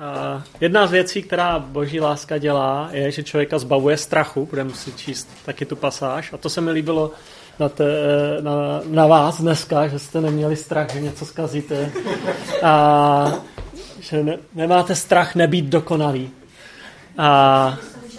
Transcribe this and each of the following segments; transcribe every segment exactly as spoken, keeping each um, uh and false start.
Uh, jedna z věcí, která boží láska dělá, je, že člověka zbavuje strachu. Budeme si číst taky tu pasáž. A to se mi líbilo na, te, na, na vás dneska, že jste neměli strach, že něco zkazíte. A že ne, nemáte strach nebýt dokonalý. A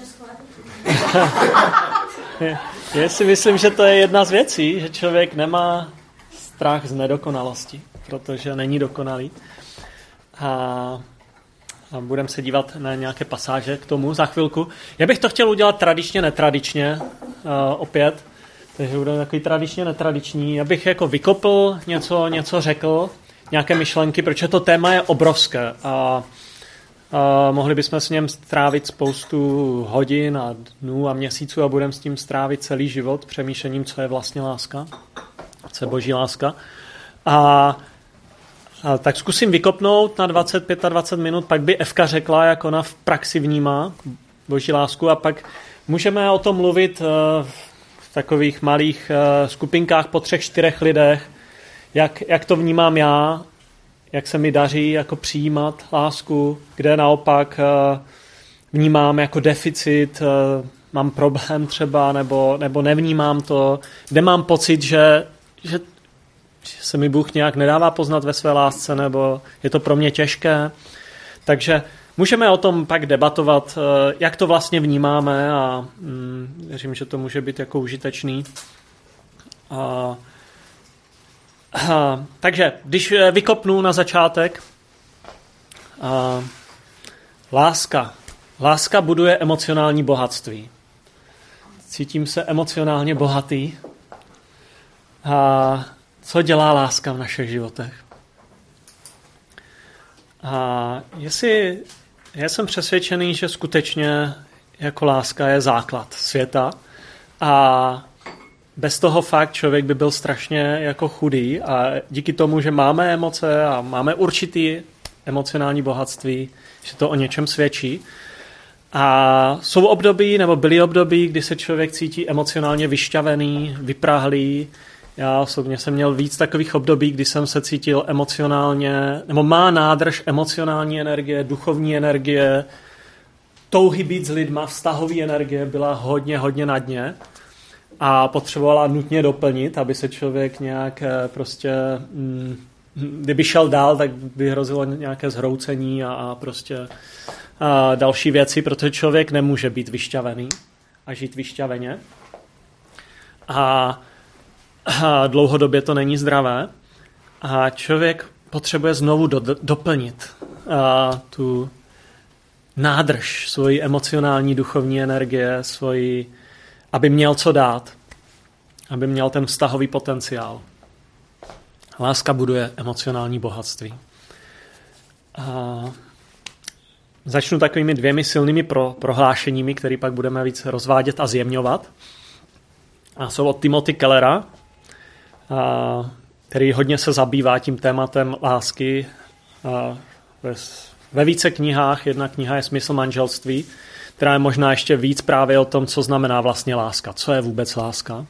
já si myslím, že to je jedna z věcí, že člověk nemá strach z nedokonalosti, protože není dokonalý. A, a budeme se dívat na nějaké pasáže k tomu za chvilku. Já bych to chtěl udělat tradičně, netradičně uh, opět, takže budeme takový tradičně, netradiční. Já bych jako vykopl něco, něco řekl, nějaké myšlenky, protože to téma je obrovské a a mohli bychom s něm strávit spoustu hodin a dnů a měsíců a budeme s tím strávit celý život přemýšlením, co je vlastně láska, co je boží láska. A, a tak zkusím vykopnout na dvacet pět a dvacet minut, pak by Evka řekla, jak ona v praxi vnímá boží lásku a pak můžeme o tom mluvit v takových malých skupinkách po třech, čtyřech lidech, jak, jak to vnímám já, jak se mi daří jako přijímat lásku, kde naopak vnímám jako deficit, mám problém třeba, nebo, nebo nevnímám to, kde mám pocit, že, že, že se mi Bůh nějak nedává poznat ve své lásce, nebo je to pro mě těžké. Takže můžeme o tom pak debatovat, jak to vlastně vnímáme a hm, věřím, že to může být jako užitečný. A Aha, takže, když vykopnu na začátek, a, láska. Láska buduje emocionální bohatství. Cítím se emocionálně bohatý. A co dělá láska v našich životech? A jestli, já jsem přesvědčený, že skutečně jako láska je základ světa a bez toho fakt člověk by byl strašně jako chudý a díky tomu, že máme emoce a máme určitý emocionální bohatství, že to o něčem svědčí. A jsou období, nebo byly období, kdy se člověk cítí emocionálně vyšťavený, vyprahlý. Já osobně jsem měl víc takových období, kdy jsem se cítil emocionálně, nebo má nádrž emocionální energie, duchovní energie, touhy být s lidma, vztahový energie byla hodně, hodně na dně. A potřebovala nutně doplnit, aby se člověk nějak prostě, kdyby šel dál, tak by hrozilo nějaké zhroucení a, a prostě a další věci, protože člověk nemůže být vyšťavený a žít vyšťaveně. A, a dlouhodobě to není zdravé. A člověk potřebuje znovu do, doplnit a, tu nádrž, svoji emocionální, duchovní energie, svoji aby měl co dát, aby měl ten vztahový potenciál. Láska buduje emocionální bohatství. A začnu takovými dvěmi silnými pro, prohlášeními, které pak budeme víc rozvádět a zjemňovat. A jsou od Timothy Kellera, a, který hodně se zabývá tím tématem lásky a ve, ve více knihách. Jedna kniha je Smysl manželství, která je možná ještě víc právě o tom, co znamená vlastně láska. Co je vůbec láska?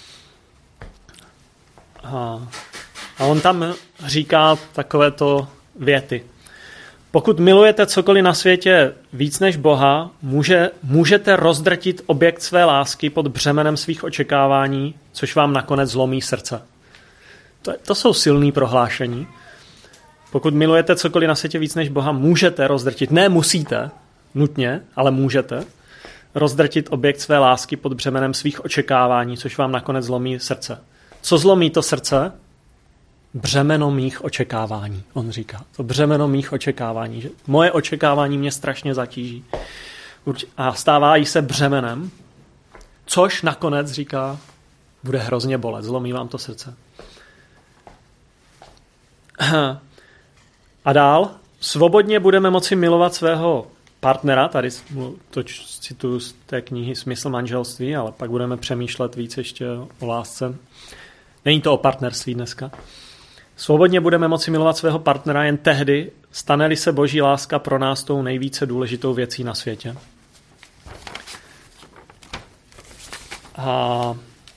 A, a on tam říká takovéto věty. Pokud milujete cokoliv na světě víc než Boha, může, můžete rozdrtit objekt své lásky pod břemenem svých očekávání, což vám nakonec zlomí srdce. To, to jsou silné prohlášení. Pokud milujete cokoliv na světě víc než Boha, můžete rozdrtit, ne musíte, nutně, ale můžete rozdrtit objekt své lásky pod břemenem svých očekávání, což vám nakonec zlomí srdce. Co zlomí to srdce? Břemeno mých očekávání, on říká. To břemeno mých očekávání. Že moje očekávání mě strašně zatíží. A stává se břemenem, což nakonec, říká, bude hrozně bolet. Zlomí vám to srdce. A dál, svobodně budeme moci milovat svého partnera, tady to cituju z té knihy Smysl manželství, ale pak budeme přemýšlet víc ještě o lásce. Není to o partnerství dneska. Svobodně budeme moci milovat svého partnera jen tehdy, stane-li se boží láska pro nás tou nejvíce důležitou věcí na světě. A,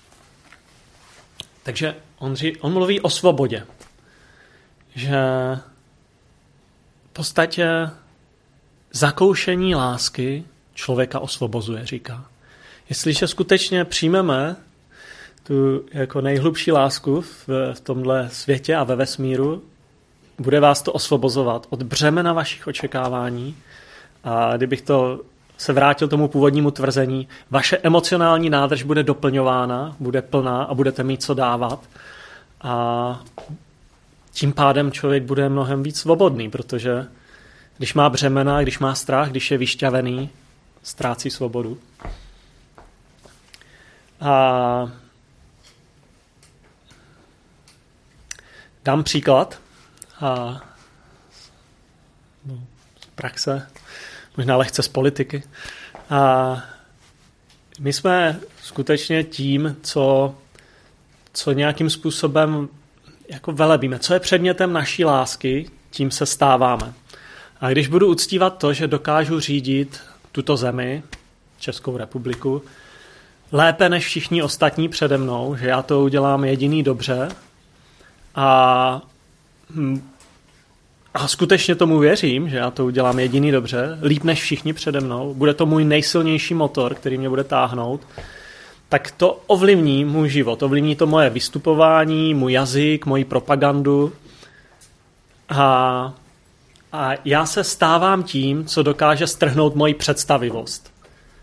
takže on, ří, on mluví o svobodě. Že v podstatě zakoušení lásky člověka osvobozuje, říká. Jestliže skutečně přijmeme tu jako nejhlubší lásku v, v tomhle světě a ve vesmíru, bude vás to osvobozovat od břemena vašich očekávání a kdybych to se vrátil tomu původnímu tvrzení, vaše emocionální nádrž bude doplňována, bude plná a budete mít co dávat a tím pádem člověk bude mnohem víc svobodný, protože když má břemena, když má strach, když je vyšťavený, ztrácí svobodu. A dám příklad a no, z praxe, možná lehce z politiky. A my jsme skutečně tím, co, co nějakým způsobem jako velebíme, co je předmětem naší lásky, tím se stáváme. A když budu uctívat to, že dokážu řídit tuto zemi, Českou republiku, lépe než všichni ostatní přede mnou, že já to udělám jediný dobře a, a skutečně tomu věřím, že já to udělám jediný dobře, líp než všichni přede mnou, bude to můj nejsilnější motor, který mě bude táhnout, tak to ovlivní můj život, ovlivní to moje vystupování, můj jazyk, moji propagandu a, a já se stávám tím, co dokáže strhnout moji představivost.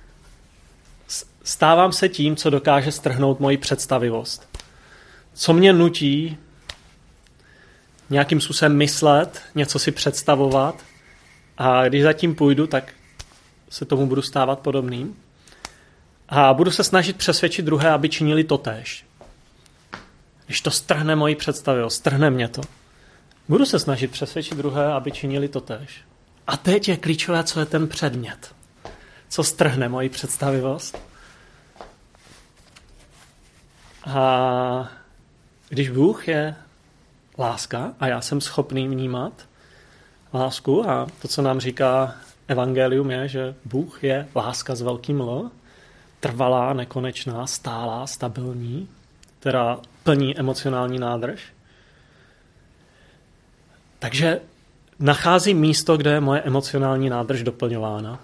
Stávám se tím, co dokáže strhnout moji představivost. Co mě nutí nějakým způsobem myslet, něco si představovat a když zatím půjdu, tak se tomu budu stávat podobným. A budu se snažit přesvědčit druhé, aby činili totéž. Když to strhne moji představivost, strhne mě to. Budu se snažit přesvědčit druhé, aby činili totéž. A teď je klíčové, co je ten předmět. Co strhne moji představivost. A když Bůh je láska a já jsem schopný vnímat lásku a to, co nám říká evangelium je, že Bůh je láska s velkým L, trvalá, nekonečná, stálá, stabilní, která plní emocionální nádrž. Takže nacházím místo, kde je moje emocionální nádrž doplňována.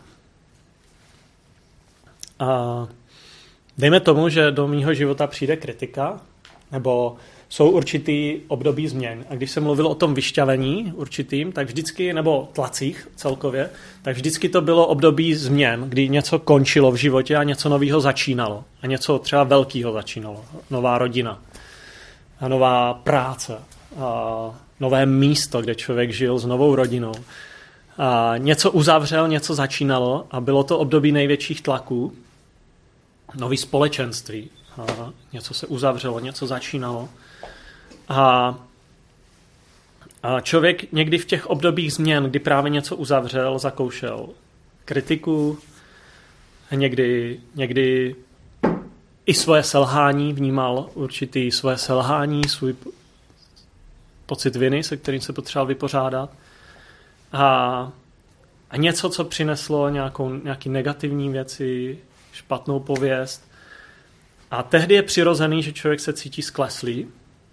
A dejme tomu, že do mýho života přijde kritika, nebo jsou určitý období změn. A když jsem mluvil o tom vyšťavení určitým, tak vždycky, nebo tlacích celkově, tak vždycky to bylo období změn, kdy něco končilo v životě a něco nového začínalo. A něco třeba velkého začínalo. Nová rodina. A nová práce. A nové místo, kde člověk žil s novou rodinou. A něco uzavřel, něco začínalo a bylo to období největších tlaků. Nový společenství. A něco se uzavřelo, něco začínalo. A, a člověk někdy v těch obdobích změn, kdy právě něco uzavřel, zakoušel kritiku, někdy, někdy i svoje selhání, vnímal určitý svoje selhání, svůj pocit viny, se kterým se potřeboval vypořádat. A, a něco, co přineslo nějakou, nějaký negativní věci, špatnou pověst. A tehdy je přirozený, že člověk se cítí skleslý.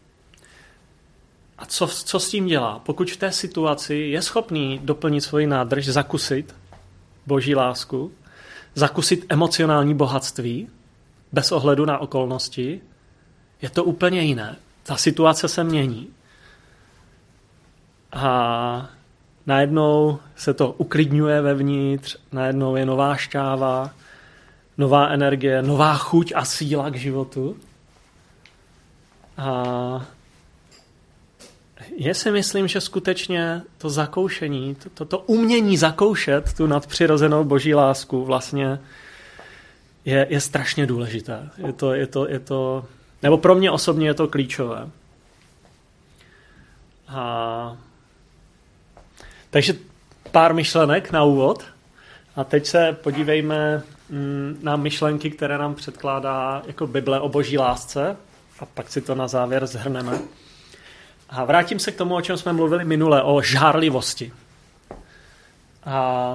A co, co s tím dělá? Pokud v té situaci je schopný doplnit svoji nádrž, zakusit boží lásku, zakusit emocionální bohatství, bez ohledu na okolnosti, je to úplně jiné. Ta situace se mění. A najednou se to uklidňuje vevnitř, najednou je nová šťáva, nová energie, nová chuť a síla k životu. A já si myslím, že skutečně to zakoušení, to, to, to umění zakoušet tu nadpřirozenou boží lásku vlastně je, je strašně důležité. Je to, je to, je to, nebo pro mě osobně je to klíčové. A, takže pár myšlenek na úvod. A teď se podívejme na myšlenky, které nám předkládá jako Bible o boží lásce a pak si to na závěr zhrneme. A vrátím se k tomu, o čem jsme mluvili minule, o žárlivosti. A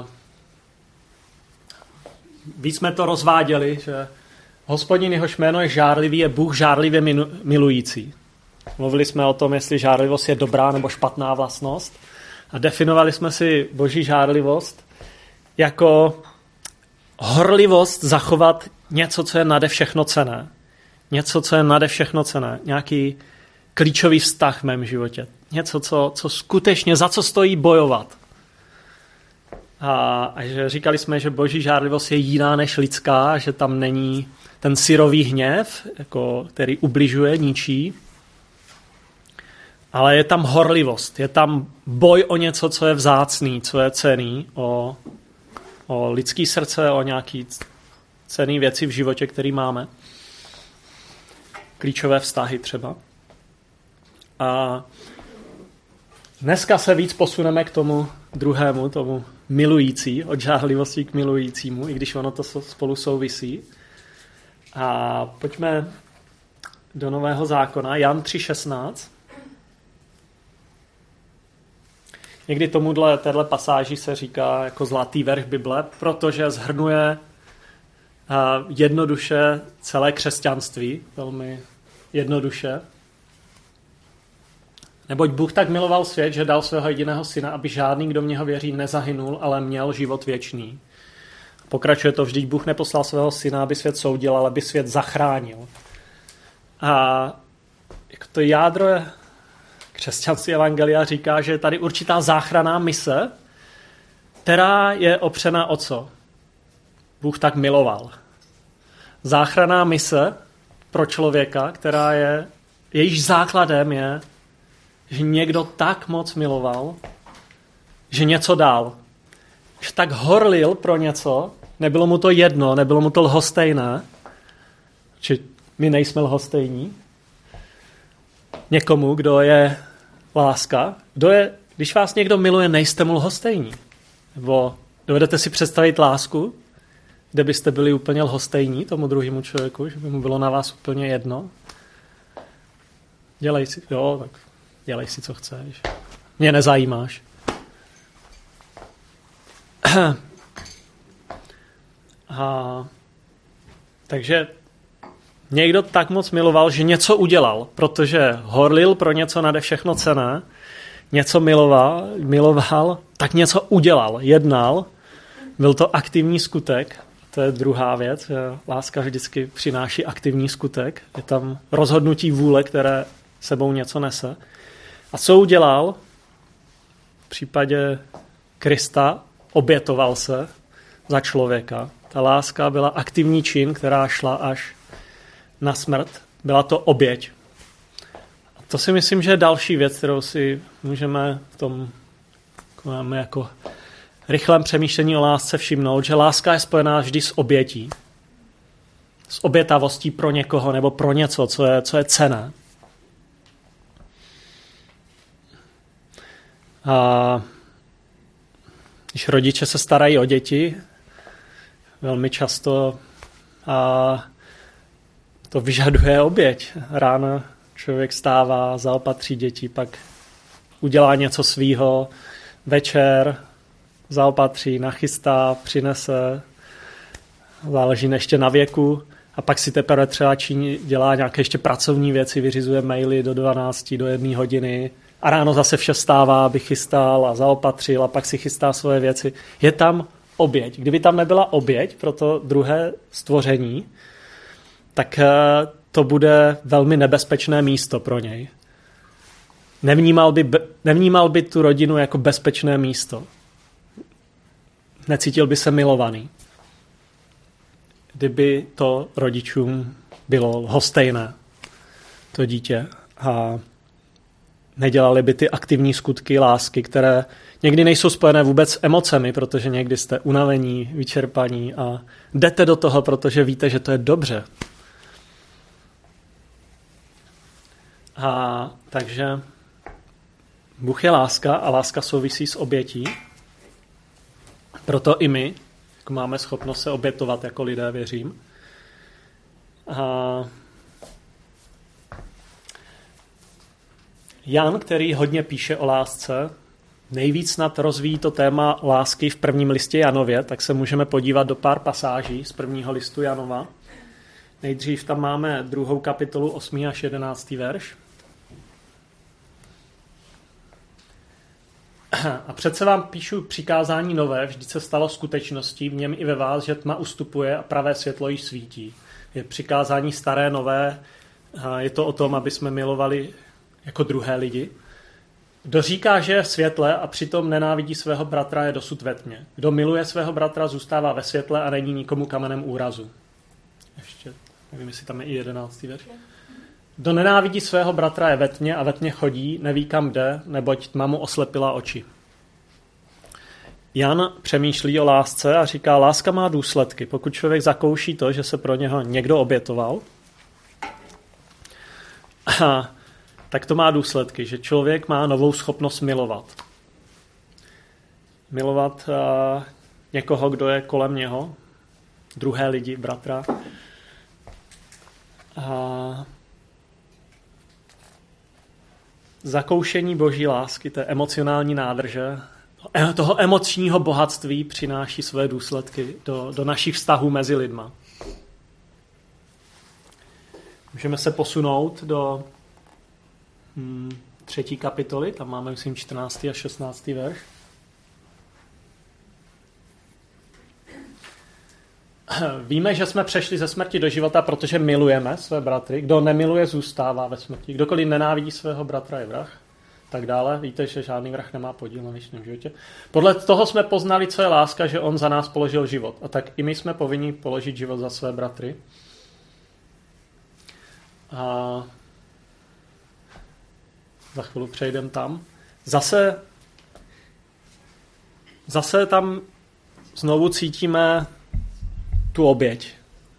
víc jsme to rozváděli, že Hospodin, jehož jméno je žárlivý, je Bůh žárlivě milující. Mluvili jsme o tom, jestli žárlivost je dobrá nebo špatná vlastnost. A definovali jsme si boží žárlivost jako horlivost zachovat něco, co je nade všechno cenné. Něco, co je nade všechno cenné. Nějaký klíčový vztah v mém životě. Něco, co, co skutečně, za co stojí bojovat. A, a že říkali jsme, že boží žárlivost je jiná než lidská, že tam není ten syrový hněv, jako, který ubližuje, ničí. Ale je tam horlivost, je tam boj o něco, co je vzácný, co je cenný, o, o lidský srdce, o nějaký cenný věci v životě, který máme. Klíčové vztahy třeba. A dneska se víc posuneme k tomu druhému, tomu milující, od žárlivosti k milujícímu, i když ono to spolu souvisí. A pojďme do Nového zákona, Jan tři šestnáct. Někdy tomuhle, téhle pasáži se říká jako zlatý verš Bible, protože shrnuje jednoduše celé křesťanství, velmi jednoduše. Neboť Bůh tak miloval svět, že dal svého jediného syna, aby žádný, kdo v něho věří, nezahynul, ale měl život věčný. Pokračuje to, vždyť Bůh neposlal svého syna, aby svět soudil, ale aby svět zachránil. A jako to jádro křesťanství evangelia říká, že je tady určitá záchranná mise, která je opřena o co? Bůh tak miloval. Záchranná mise pro člověka, která je, jejíž základem je, že někdo tak moc miloval, že něco dal. Že tak horlil pro něco, nebylo mu to jedno, nebylo mu to lhostejné, či my nejsme lhostejní, někomu, kdo je láska, kdo je, když vás někdo miluje, nejste mu lhostejní. Nebo dovedete si představit lásku, kde byste byli úplně lhostejní tomu druhému člověku, že by mu bylo na vás úplně jedno. Dělej si, jo, tak dělej si, co chceš. Mě nezajímáš. A, takže někdo tak moc miloval, že něco udělal, protože horlil pro něco nade všechno cenné, něco miloval, miloval, tak něco udělal, jednal, byl to aktivní skutek, to je druhá věc, že láska vždycky přináší aktivní skutek, je tam rozhodnutí vůle, které sebou něco nese. A co udělal? V případě Krista obětoval se za člověka. Ta láska byla aktivní čin, která šla až na smrt. Byla to oběť. A to si myslím, že je další věc, kterou si můžeme v tom máme jako rychlém přemýšlení o lásce všimnout, že láska je spojená vždy s obětí. S obětavostí pro někoho nebo pro něco, co je, co je cenné. A když rodiče se starají o děti, velmi často a to vyžaduje oběť. Ráno člověk stává, zaopatří děti, pak udělá něco svýho, večer zaopatří, nachystá, přinese, záleží ještě na věku a pak si teprve třeba činí, dělá nějaké ještě pracovní věci, vyřizuje maily do dvanácti, do jedné hodiny a ráno zase vše stává, aby chystal a zaopatřil a pak si chystá svoje věci. Je tam oběť. Kdyby tam nebyla oběť pro to druhé stvoření, tak to bude velmi nebezpečné místo pro něj. Nevnímal by, nevnímal by tu rodinu jako bezpečné místo. Necítil by se milovaný. Kdyby to rodičům bylo lhostejné, to dítě, a nedělali by ty aktivní skutky lásky, které někdy nejsou spojené vůbec s emocemi, protože někdy jste unavení, vyčerpaní a jdete do toho, protože víte, že to je dobře. A takže Bůh je láska a láska souvisí s obětí. Proto i my jako máme schopnost se obětovat jako lidé, věřím. A Jan, který hodně píše o lásce, nejvíc snad rozvíjí to téma lásky v prvním listě Janově, tak se můžeme podívat do pár pasáží z prvního listu Janova. Nejdřív tam máme druhou kapitolu osmý až jedenáctý verš. A přece vám píšu přikázání nové, vždyť se stalo skutečností, v něm i ve vás, že tma ustupuje a pravé světlo již svítí. Je přikázání staré, nové, je to o tom, aby jsme milovali jako druhé lidi. Kdo říká, že je v světle a přitom nenávidí svého bratra, je dosud ve tmě. Kdo miluje svého bratra, zůstává ve světle a není nikomu kamenem úrazu. Ještě, nevím, jestli tam je i jedenáctý verš. Kdo nenávidí svého bratra, je ve tmě a ve tmě chodí, neví kam jde, neboť tma mu oslepila oči. Jan přemýšlí o lásce a říká, láska má důsledky. Pokud člověk zakouší to, že se pro něho někdo obětoval, a tak to má důsledky, že člověk má novou schopnost milovat. Milovat uh, někoho, kdo je kolem něho, druhé lidi, bratra. A zakoušení boží lásky, té emocionální nádrže, toho emočního bohatství přináší své důsledky do, do našich vztahů mezi lidma. Můžeme se posunout do hmm, třetí kapitoly, tam máme, myslím, čtrnáctý a šestnáctý verš. Víme, že jsme přešli ze smrti do života, protože milujeme své bratry. Kdo nemiluje, zůstává ve smrti. Kdokoliv nenávidí svého bratra, je vrah. Tak dále. Víte, že žádný vrah nemá podíl na věčném životě. Podle toho jsme poznali, co je láska, že on za nás položil život. A tak i my jsme povinni položit život za své bratry. A za chvíli přejdeme tam. Zase, zase tam znovu cítíme tu oběť.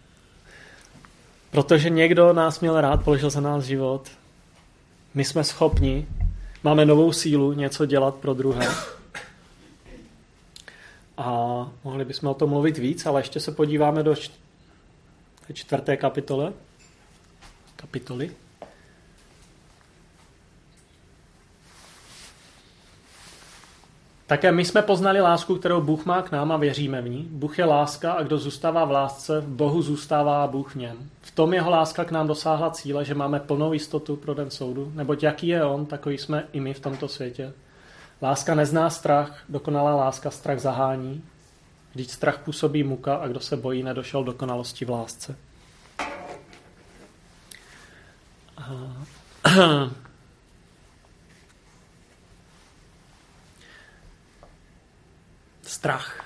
Protože někdo nás měl rád, položil za nás život. My jsme schopni, máme novou sílu něco dělat pro druhé. A mohli bychom o tom mluvit víc, ale ještě se podíváme do čtvrté kapitole. Kapitoly. Také my jsme poznali lásku, kterou Bůh má k nám a věříme v ní. Bůh je láska a kdo zůstává v lásce, v Bohu zůstává a Bůh v něm. V tom jeho láska k nám dosáhla cíle, že máme plnou jistotu pro den soudu, neboť jaký je on, takový jsme i my v tomto světě. Láska nezná strach, dokonalá láska strach zahání. Vždyť strach působí muka a kdo se bojí, nedošel dokonalosti v lásce. Strach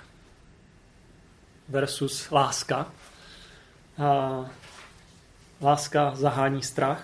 versus láska. A láska zahání strach.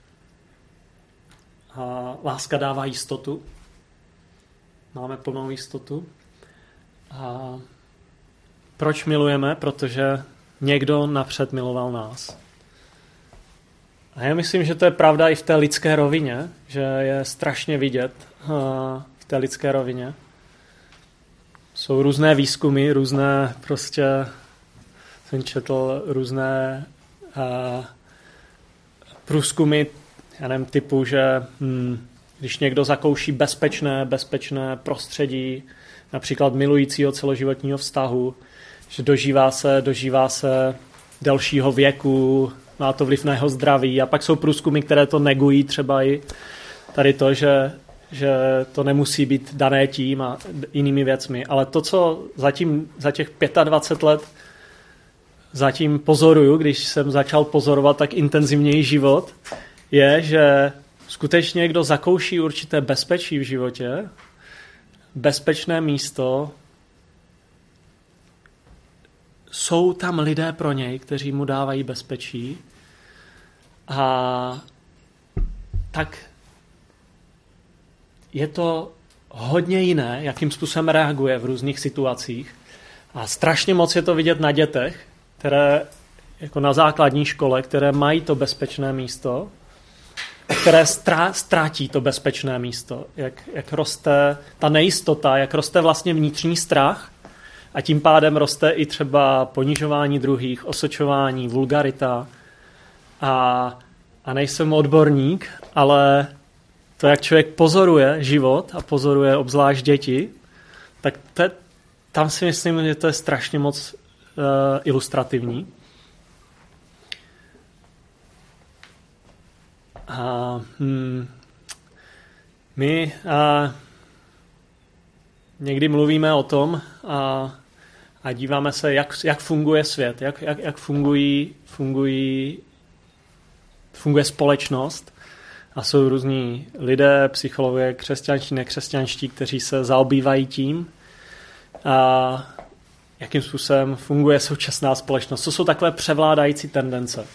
A láska dává jistotu. Máme plnou jistotu. A proč milujeme? Protože někdo napřed miloval nás. A já myslím, že to je pravda i v té lidské rovině, že je strašně vidět v té lidské rovině. Jsou různé výzkumy, různé prostě, jsem četl různé uh, průzkumy, já nevím, typu, že hm, když někdo zakouší bezpečné, bezpečné prostředí, například milujícího celoživotního vztahu, že dožívá se, dožívá se delšího věku, má to vliv na jeho zdraví. A pak jsou průzkumy, které to negují, třeba i tady to, že že to nemusí být dané tím a jinými věcmi. Ale to, co zatím za těch dvacet pět let zatím pozoruju, když jsem začal pozorovat tak intenzivněji život, je, že skutečně kdo zakouší určité bezpečí v životě, bezpečné místo, jsou tam lidé pro něj, kteří mu dávají bezpečí a tak je to hodně jiné, jakým způsobem reaguje v různých situacích. A strašně moc je to vidět na dětech, které jako na základní škole, které mají to bezpečné místo, které strá, ztrátí to bezpečné místo. Jak, jak roste ta nejistota, jak roste vlastně vnitřní strach a tím pádem roste i třeba ponižování druhých, osočování, vulgarita. A, a nejsem odborník, ale to, jak člověk pozoruje život a pozoruje obzvlášť děti, tak to je, tam si myslím, že to je strašně moc uh, ilustrativní. A hmm, my uh, někdy mluvíme o tom a, a díváme se, jak, jak funguje svět, jak, jak, jak fungují, fungují, funguje společnost. A jsou různí lidé, psychologové, křesťanští, nekřesťanští, kteří se zaobývají tím, a jakým způsobem funguje současná společnost. Co jsou takové převládající tendence.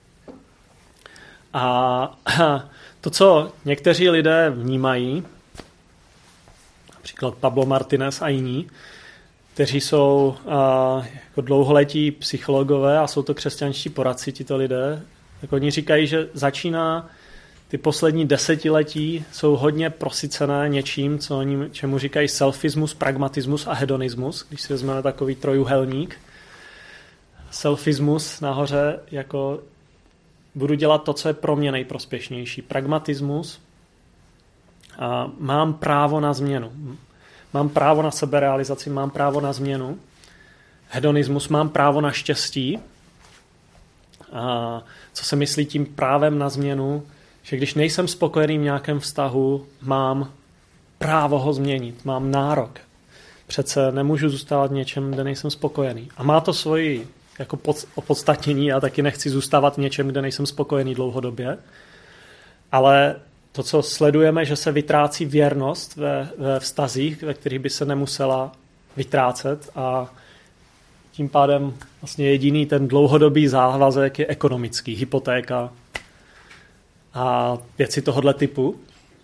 A to, co někteří lidé vnímají, například Pablo Martinez a jiní, kteří jsou uh, jako dlouholetí psychologové a jsou to křesťanští poradci, tito lidé, tak oni říkají, že začíná ty poslední desetiletí jsou hodně prosycené něčím, co oni, čemu říkají selfismus, pragmatismus a hedonismus, když si vezmeme takový trojuhelník. Selfismus nahoře jako budu dělat to, co je pro mě nejprospěšnější. Pragmatismus a mám právo na změnu. Mám právo na seberealizaci, mám právo na změnu. Hedonismus, mám právo na štěstí. A co se myslí tím právem na změnu? Že když nejsem spokojený v nějakém vztahu, mám právo ho změnit, mám nárok. Přece nemůžu zůstávat v něčem, kde nejsem spokojený. A má to svoji jako opodstatnění, já taky nechci zůstávat v něčem, kde nejsem spokojený dlouhodobě. Ale to, co sledujeme, že se vytrácí věrnost ve, ve vztazích, ve kterých by se nemusela vytrácet a tím pádem vlastně jediný ten dlouhodobý závazek je ekonomický, hypotéka a věci tohoto typu.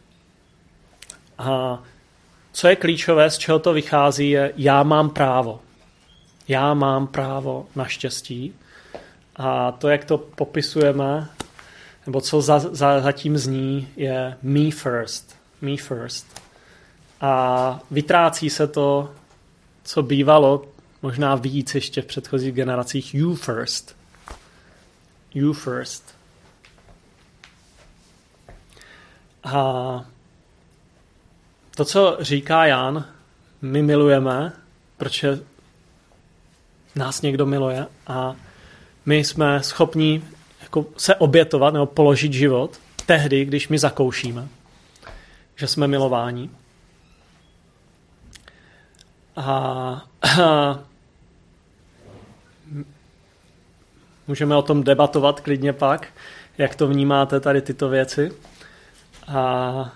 A co je klíčové, z čeho to vychází, je já mám právo. Já mám právo na štěstí. A to, jak to popisujeme, nebo co za, za, zatím zní, je me first. Me first. A vytrácí se to, co bývalo, možná víc ještě v předchozích generacích, you first. You first. A to, co říká Jan, my milujeme, protože nás někdo miluje a my jsme schopni jako se obětovat nebo položit život tehdy, když my zakoušíme, že jsme milováni. A, a můžeme o tom debatovat klidně pak, jak to vnímáte tady tyto věci. A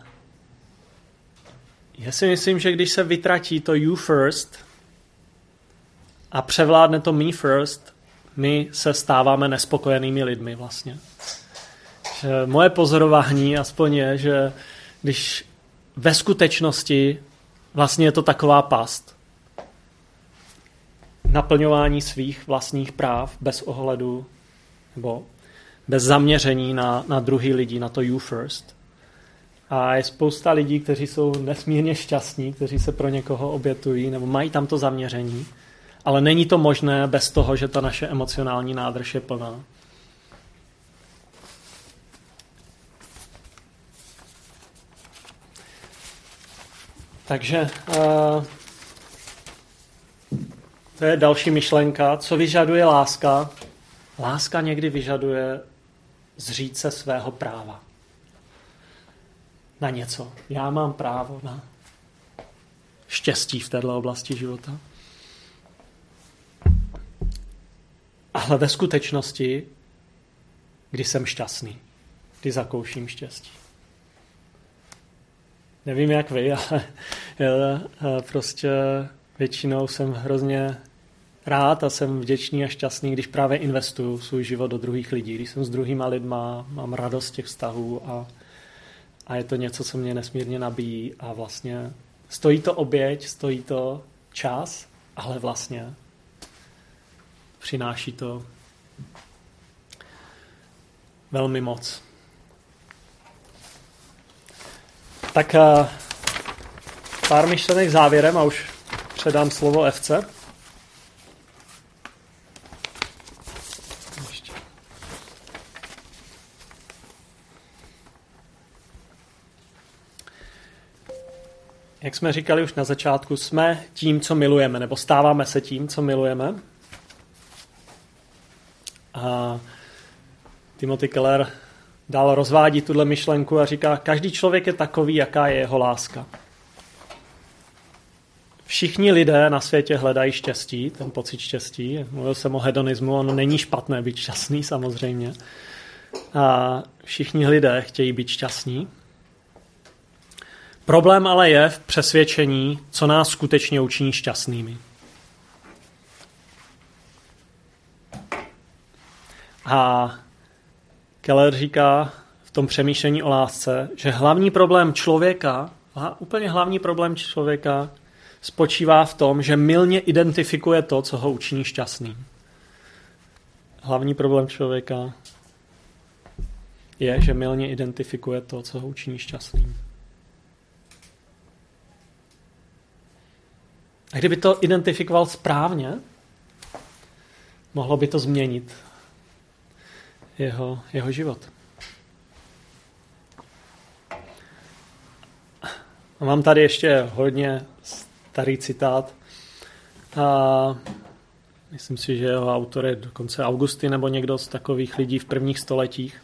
já si myslím, že když se vytratí to you first a převládne to me first, my se stáváme nespokojenými lidmi vlastně. Že moje pozorování aspoň je, že když ve skutečnosti vlastně je to taková past. Naplňování svých vlastních práv bez ohledu nebo bez zaměření na, na druhý lidi, na to you first. A je spousta lidí, kteří jsou nesmírně šťastní, kteří se pro někoho obětují nebo mají tam to zaměření, ale není to možné bez toho, že ta naše emocionální nádrž je plná. Takže uh, to je další myšlenka. Co vyžaduje láska? Láska někdy vyžaduje zříct se svého práva. Na něco. Já mám právo na štěstí v této oblasti života. Ale ve skutečnosti, kdy jsem šťastný, kdy zakouším štěstí. Nevím, jak vy, ale já prostě většinou jsem hrozně rád a jsem vděčný a šťastný, když právě investuju svůj život do druhých lidí. Když jsem s druhýma lidma, mám radost těch vztahů a, a je to něco, co mě nesmírně nabíjí a vlastně stojí to oběť, stojí to čas, ale vlastně přináší to velmi moc. Tak pár myšlenek závěrem a už předám slovo Evce. Jak jsme říkali už na začátku, jsme tím, co milujeme, nebo stáváme se tím, co milujeme. A Timothy Keller dál rozvádí tuhle myšlenku a říká, každý člověk je takový, jaká je jeho láska. všichni lidé na světě hledají štěstí, ten pocit štěstí. Mluvil jsem o hedonismu, ono není špatné být šťastný samozřejmě. A všichni lidé chtějí být šťastní. Problém ale je v přesvědčení, co nás skutečně učiní šťastnými. A Keller říká v tom přemýšlení o lásce, že hlavní problém člověka, úplně hlavní problém člověka spočívá v tom, že mylně identifikuje to, co ho učiní šťastným. Hlavní problém člověka je, že mylně identifikuje to, co ho učiní šťastným. A kdyby to identifikoval správně, mohlo by to změnit jeho, jeho život. A mám tady ještě hodně starý citát. A myslím si, že jeho autor je dokonce Augustin nebo někdo z takových lidí v prvních stoletích.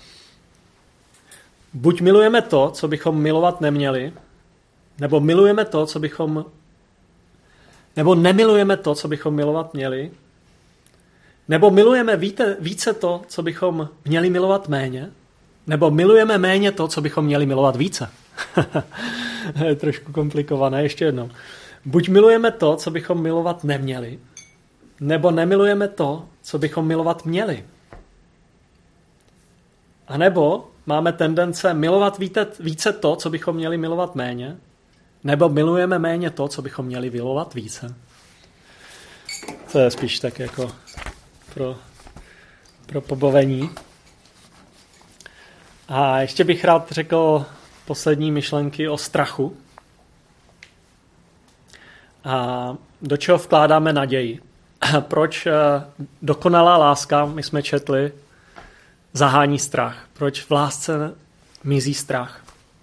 Buď milujeme to, co bychom milovat neměli, nebo milujeme to, co bychom nebo nemilujeme to, co bychom milovat měli, nebo milujeme víte, více to, co bychom měli milovat méně, nebo milujeme méně to, co bychom měli milovat více. Je trošku komplikované, ještě jednou. Buď milujeme to, co bychom milovat neměli, nebo nemilujeme to, co bychom milovat měli. A nebo máme tendence milovat víte, více to, co bychom měli milovat méně, nebo milujeme méně to, co bychom měli milovat více. To je spíš tak jako pro, pro pobavení. A ještě bych rád řekl poslední myšlenky o strachu. A do čeho vkládáme naději. Proč dokonalá láska, my jsme četli, zahání strach. Proč v lásce mizí strach.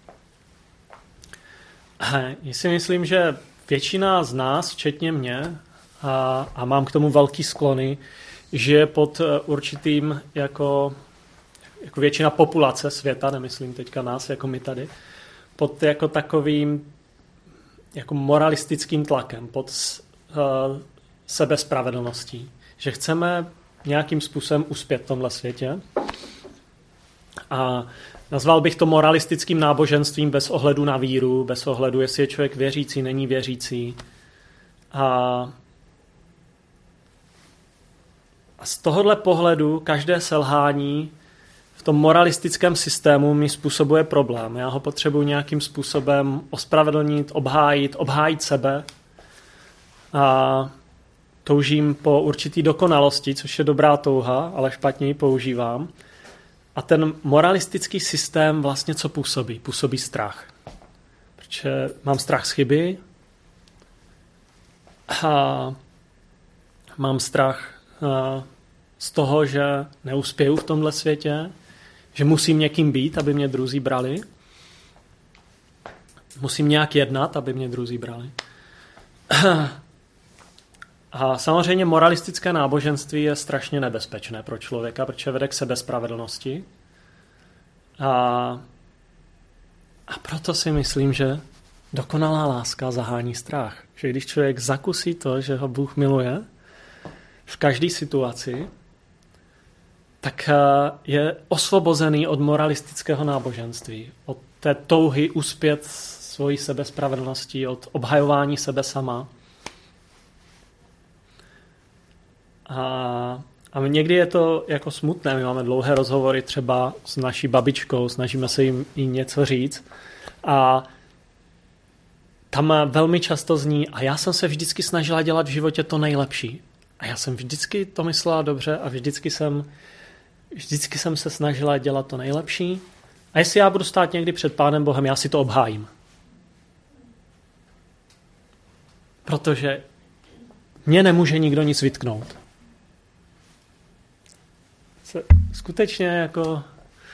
Já si myslím, že většina z nás, včetně mě, a, a mám k tomu velký sklony, žije pod určitým, jako, jako většina populace světa, nemyslím teďka nás, jako my tady, pod jako takovým jako moralistickým tlakem, pod uh, sebespravedlností. Že chceme nějakým způsobem uspět v tomhle světě. A nazval bych to moralistickým náboženstvím bez ohledu na víru, bez ohledu, jestli je člověk věřící, není věřící. A, a z tohohle pohledu každé selhání v tom moralistickém systému mi způsobuje problém. Já ho potřebuji nějakým způsobem ospravedlnit, obhájit, obhájit sebe. A toužím po určitý dokonalosti, což je dobrá touha, ale špatně ji používám. A ten moralistický systém vlastně co působí? Působí strach. Protože mám strach z chyby a mám strach z toho, že neuspěju v tomhle světě, že musím někým být, aby mě druzí brali. Musím nějak jednat, aby mě druzí brali. A samozřejmě moralistické náboženství je strašně nebezpečné pro člověka, protože vede k sebespravedlnosti. A, a proto si myslím, že dokonalá láska zahání strach. Že když člověk zakusí to, že ho Bůh miluje v každé situaci, tak je osvobozený od moralistického náboženství, od té touhy uspět svojí sebespravedlností, od obhajování sebe sama. A, a někdy je to jako smutné. My máme dlouhé rozhovory třeba s naší babičkou, snažíme se jim, jim něco říct. A tam velmi často zní, a já jsem se vždycky snažila dělat v životě to nejlepší. A já jsem vždycky to myslela dobře a vždycky jsem, vždycky jsem se snažila dělat to nejlepší. A jestli já budu stát někdy před Pánem Bohem, já si to obhájím. Protože mně nemůže nikdo nic vytknout. Skutečně jako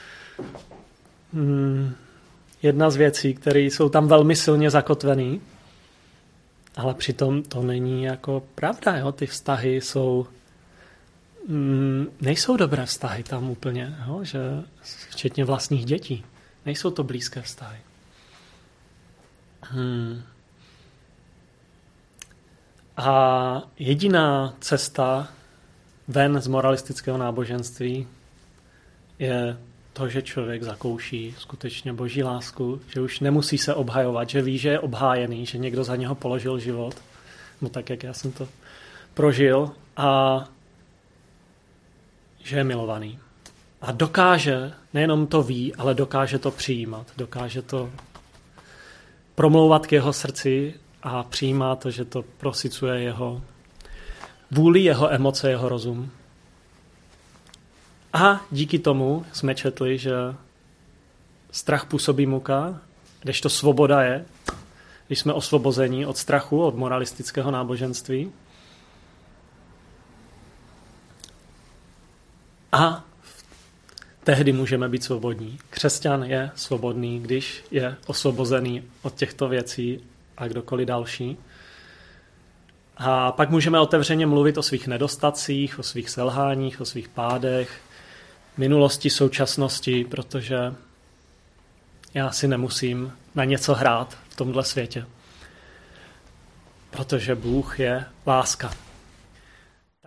hmm, jedna z věcí, které jsou tam velmi silně zakotvený, ale přitom to není jako pravda. Jo? Ty vztahy jsou hmm, nejsou dobré vztahy tam úplně, jo? Že včetně vlastních dětí. Nejsou to blízké vztahy. Hmm. A jediná cesta ven z moralistického náboženství je to, že člověk zakouší skutečně boží lásku, že už nemusí se obhajovat, že ví, že je obhájený, že někdo za něho položil život, no tak, jak já jsem to prožil, a že je milovaný. A dokáže, nejenom to ví, ale dokáže to přijímat, dokáže to promlouvat k jeho srdci a přijímá to, že to prosycuje jeho vůli, jeho emoce, jeho rozum. A díky tomu jsme četli, že strach působí muka, kdežto svoboda je, když jsme osvobozeni od strachu, od moralistického náboženství. A tehdy můžeme být svobodní. Křesťan je svobodný, když je osvobozený od těchto věcí a kdokoliv další. A pak můžeme otevřeně mluvit o svých nedostatcích, o svých selháních, o svých pádech, minulosti, současnosti, protože já si nemusím na něco hrát v tomhle světě. Protože Bůh je láska.